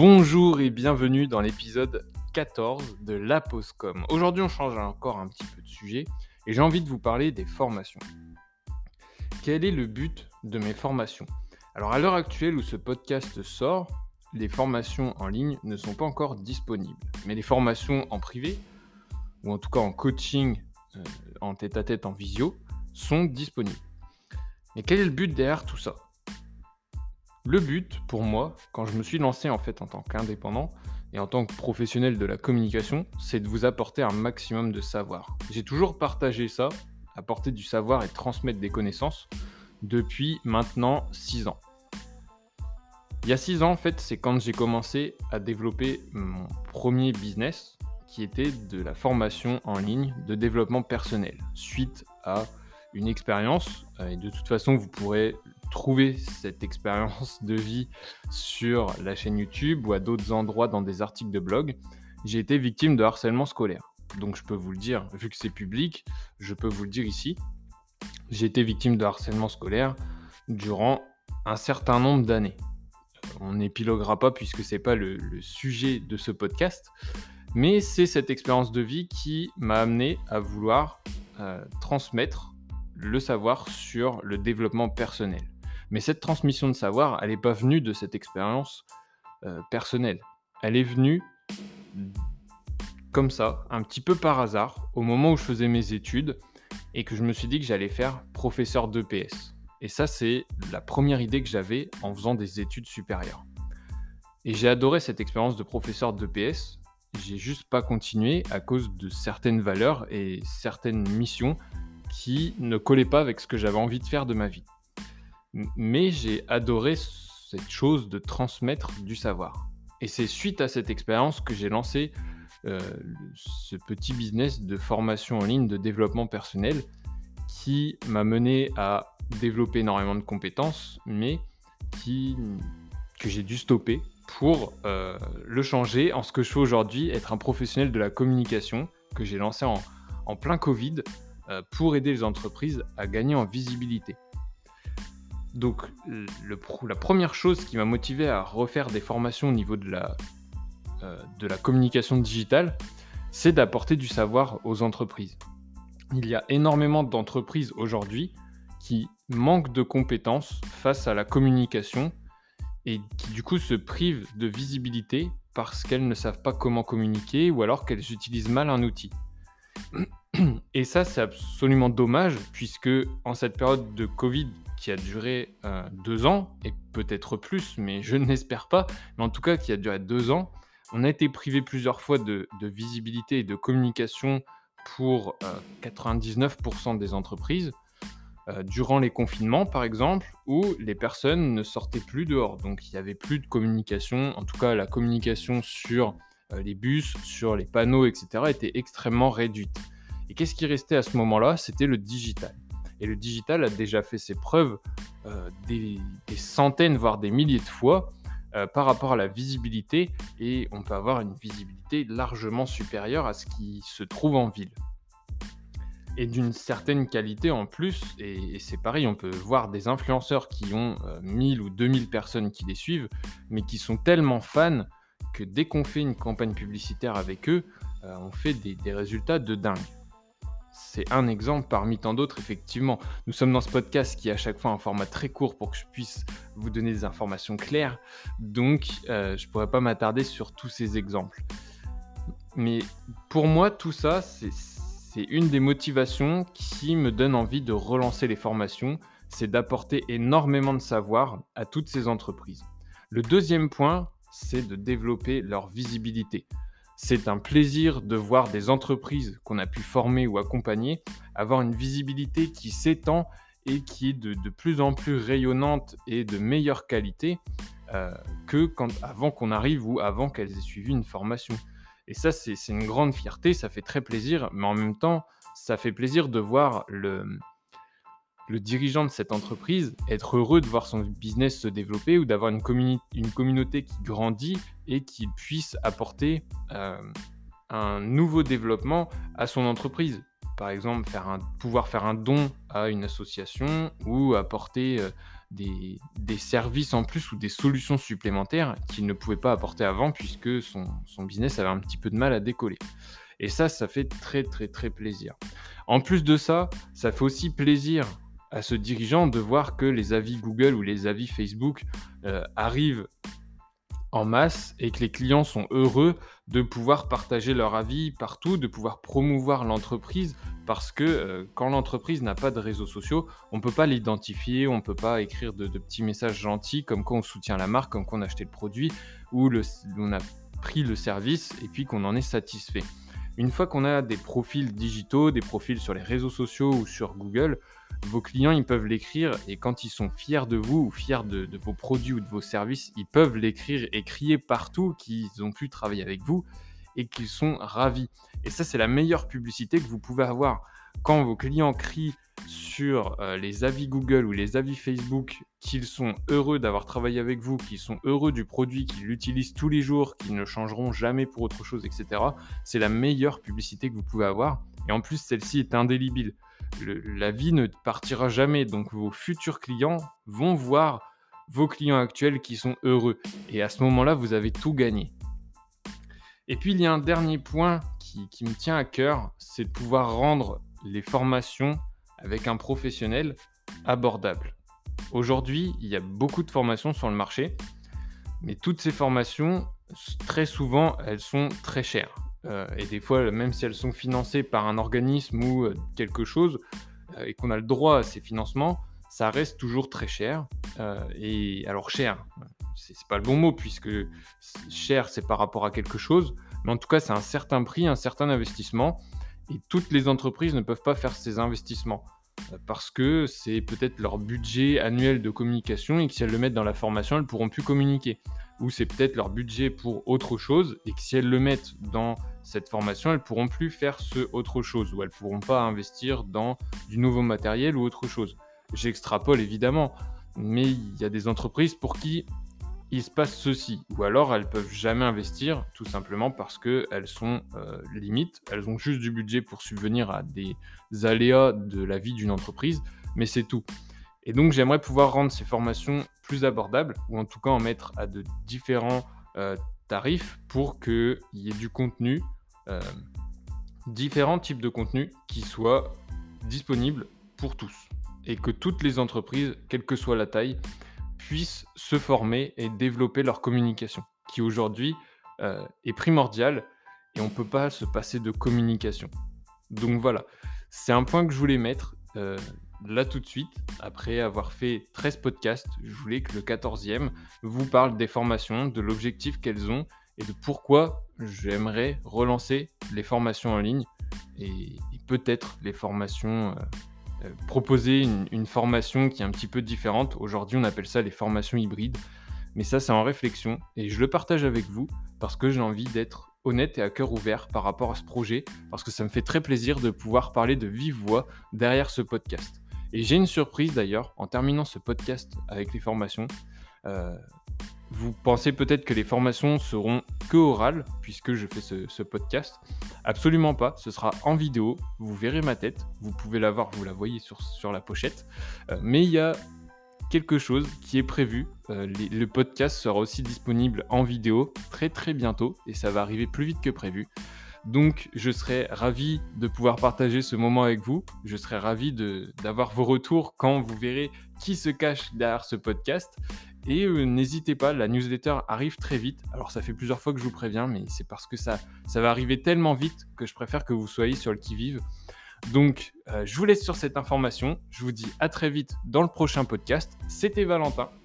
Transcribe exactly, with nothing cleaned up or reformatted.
Bonjour et bienvenue dans l'épisode quatorze de La Pause Com. Aujourd'hui, on change encore un petit peu de sujet et j'ai envie de vous parler des formations. Quel est le but de mes formations ? Alors, à l'heure actuelle où ce podcast sort, les formations en ligne ne sont pas encore disponibles. Mais les formations en privé, ou en tout cas en coaching, euh, en tête-à-tête, en visio, sont disponibles. Mais quel est le but derrière tout ça ? Le but, pour moi, quand je me suis lancé en fait en tant qu'indépendant et en tant que professionnel de la communication, c'est de vous apporter un maximum de savoir. J'ai toujours partagé ça, apporter du savoir et transmettre des connaissances, depuis maintenant six ans. Il y a six ans, en fait, c'est quand j'ai commencé à développer mon premier business, qui était de la formation en ligne de développement personnel, suite à une expérience, et de toute façon, vous pourrez trouver cette expérience de vie sur la chaîne YouTube ou à d'autres endroits dans des articles de blog. J'ai été victime de harcèlement scolaire. Donc je peux vous le dire, vu que c'est public, je peux vous le dire ici. J'ai été victime de harcèlement scolaire durant un certain nombre d'années. On n'épiloguera pas puisque c'est pas le, le sujet de ce podcast, mais c'est cette expérience de vie qui m'a amené à vouloir euh, transmettre le savoir sur le développement personnel. Mais cette transmission de savoir, elle n'est pas venue de cette expérience euh, personnelle. Elle est venue comme ça, un petit peu par hasard, au moment où je faisais mes études et que je me suis dit que j'allais faire professeur d'E P S. Et ça, c'est la première idée que j'avais en faisant des études supérieures. Et j'ai adoré cette expérience de professeur d'E P S. J'ai juste pas continué à cause de certaines valeurs et certaines missions qui ne collaient pas avec ce que j'avais envie de faire de ma vie. Mais j'ai adoré cette chose de transmettre du savoir. Et c'est suite à cette expérience que j'ai lancé euh, ce petit business de formation en ligne de développement personnel qui m'a mené à développer énormément de compétences, mais qui, que j'ai dû stopper pour euh, le changer en ce que je fais aujourd'hui, être un professionnel de la communication que j'ai lancé en, en plein Covid euh, pour aider les entreprises à gagner en visibilité. Donc, le, la première chose qui m'a motivé à refaire des formations au niveau de la, euh, de la communication digitale, c'est d'apporter du savoir aux entreprises. Il y a énormément d'entreprises aujourd'hui qui manquent de compétences face à la communication et qui du coup se privent de visibilité parce qu'elles ne savent pas comment communiquer ou alors qu'elles utilisent mal un outil. Et ça, c'est absolument dommage puisque en cette période de Covid qui a duré euh, deux ans, et peut-être plus, mais je ne l'espère pas, mais en tout cas qui a duré deux ans, on a été privé plusieurs fois de, de visibilité et de communication pour euh, quatre-vingt-dix-neuf pour cent des entreprises, euh, durant les confinements par exemple, où les personnes ne sortaient plus dehors. Donc il n'y avait plus de communication, en tout cas la communication sur euh, les bus, sur les panneaux, et cetera était extrêmement réduite. Et qu'est-ce qui restait à ce moment-là ? C'était le digital. Et le digital a déjà fait ses preuves euh, des, des centaines, voire des milliers de fois euh, par rapport à la visibilité. Et on peut avoir une visibilité largement supérieure à ce qui se trouve en ville. Et d'une certaine qualité en plus, et, et c'est pareil, on peut voir des influenceurs qui ont euh, mille ou deux mille personnes qui les suivent, mais qui sont tellement fans que dès qu'on fait une campagne publicitaire avec eux, euh, on fait des, des résultats de dingue. C'est un exemple parmi tant d'autres, effectivement. Nous sommes dans ce podcast qui est à chaque fois un format très court pour que je puisse vous donner des informations claires. Donc, euh, je ne pourrais pas m'attarder sur tous ces exemples. Mais pour moi, tout ça, c'est, c'est une des motivations qui me donne envie de relancer les formations. C'est d'apporter énormément de savoir à toutes ces entreprises. Le deuxième point, c'est de développer leur visibilité. C'est un plaisir de voir des entreprises qu'on a pu former ou accompagner avoir une visibilité qui s'étend et qui est de, de plus en plus rayonnante et de meilleure qualité euh, que quand, avant qu'on arrive ou avant qu'elles aient suivi une formation. Et ça, c'est, c'est une grande fierté, ça fait très plaisir, mais en même temps, ça fait plaisir de voir le... le dirigeant de cette entreprise être heureux de voir son business se développer ou d'avoir une, communi- une communauté qui grandit et qui puisse apporter euh, un nouveau développement à son entreprise. Par exemple, faire un, pouvoir faire un don à une association ou apporter euh, des, des services en plus ou des solutions supplémentaires qu'il ne pouvait pas apporter avant puisque son, son business avait un petit peu de mal à décoller. Et ça, ça fait très très très plaisir. En plus de ça, ça fait aussi plaisir à ce dirigeant de voir que les avis Google ou les avis Facebook euh, arrivent en masse et que les clients sont heureux de pouvoir partager leur avis partout, de pouvoir promouvoir l'entreprise parce que euh, quand l'entreprise n'a pas de réseaux sociaux, on ne peut pas l'identifier, on ne peut pas écrire de, de petits messages gentils comme quoi on soutient la marque, comme quoi on a acheté le produit ou le, on a pris le service et puis qu'on en est satisfait. Une fois qu'on a des profils digitaux, des profils sur les réseaux sociaux ou sur Google, vos clients, ils peuvent l'écrire et quand ils sont fiers de vous ou fiers de, de vos produits ou de vos services, ils peuvent l'écrire et crier partout qu'ils ont pu travailler avec vous et qu'ils sont ravis. Et ça, c'est la meilleure publicité que vous pouvez avoir. Quand vos clients crient sur euh, les avis Google ou les avis Facebook qu'ils sont heureux d'avoir travaillé avec vous, qu'ils sont heureux du produit, qu'ils l'utilisent tous les jours, qu'ils ne changeront jamais pour autre chose, et cetera, c'est la meilleure publicité que vous pouvez avoir. Et en plus, celle-ci est indélébile. Le, la vie ne partira jamais, donc vos futurs clients vont voir vos clients actuels qui sont heureux. Et à ce moment-là, vous avez tout gagné. Et puis, il y a un dernier point qui, qui me tient à cœur, c'est de pouvoir rendre les formations avec un professionnel abordable. Aujourd'hui, il y a beaucoup de formations sur le marché, mais toutes ces formations, très souvent, elles sont très chères. Euh, et des fois, même si elles sont financées par un organisme ou euh, quelque chose, euh, et qu'on a le droit à ces financements, ça reste toujours très cher. Euh, et alors cher, c'est, c'est pas le bon mot, puisque cher, c'est par rapport à quelque chose, mais en tout cas, c'est un certain prix, un certain investissement, et toutes les entreprises ne peuvent pas faire ces investissements parce que c'est peut-être leur budget annuel de communication et que si elles le mettent dans la formation, elles ne pourront plus communiquer. Ou c'est peut-être leur budget pour autre chose et que si elles le mettent dans cette formation, elles ne pourront plus faire ce autre chose ou elles ne pourront pas investir dans du nouveau matériel ou autre chose. J'extrapole évidemment, mais il y a des entreprises pour qui il se passe ceci, ou alors elles peuvent jamais investir tout simplement parce qu'elles sont euh, limites, elles ont juste du budget pour subvenir à des aléas de la vie d'une entreprise, mais c'est tout. Et donc j'aimerais pouvoir rendre ces formations plus abordables, ou en tout cas en mettre à de différents euh, tarifs pour qu'il y ait du contenu, euh, différents types de contenus qui soient disponibles pour tous, et que toutes les entreprises, quelle que soit la taille, puissent se former et développer leur communication, qui aujourd'hui euh, est primordiale et on ne peut pas se passer de communication. Donc voilà, c'est un point que je voulais mettre euh, là tout de suite. Après avoir fait treize podcasts, je voulais que le quatorzième vous parle des formations, de l'objectif qu'elles ont et de pourquoi j'aimerais relancer les formations en ligne et, et peut-être les formations... Euh, Euh, proposer une, une formation qui est un petit peu différente. Aujourd'hui, on appelle ça les formations hybrides. Mais ça, c'est en réflexion et je le partage avec vous parce que j'ai envie d'être honnête et à cœur ouvert par rapport à ce projet parce que ça me fait très plaisir de pouvoir parler de vive voix derrière ce podcast. Et j'ai une surprise d'ailleurs en terminant ce podcast avec les formations. Euh, Vous pensez peut-être que les formations seront que orales, puisque je fais ce, ce podcast. Absolument pas, ce sera en vidéo, vous verrez ma tête, vous pouvez la voir, vous la voyez sur, sur la pochette. Euh, mais il y a quelque chose qui est prévu. Euh, les, le podcast sera aussi disponible en vidéo très très bientôt, et ça va arriver plus vite que prévu. Donc je serai ravi de pouvoir partager ce moment avec vous. Je serai ravi de, d'avoir vos retours quand vous verrez qui se cache derrière ce podcast. Et euh, n'hésitez pas, la newsletter arrive très vite. Alors ça fait plusieurs fois que je vous préviens, mais c'est parce que ça, ça va arriver tellement vite que je préfère que vous soyez sur le qui-vive. Donc euh, je vous laisse sur cette information. Je vous dis à très vite dans le prochain podcast. C'était Valentin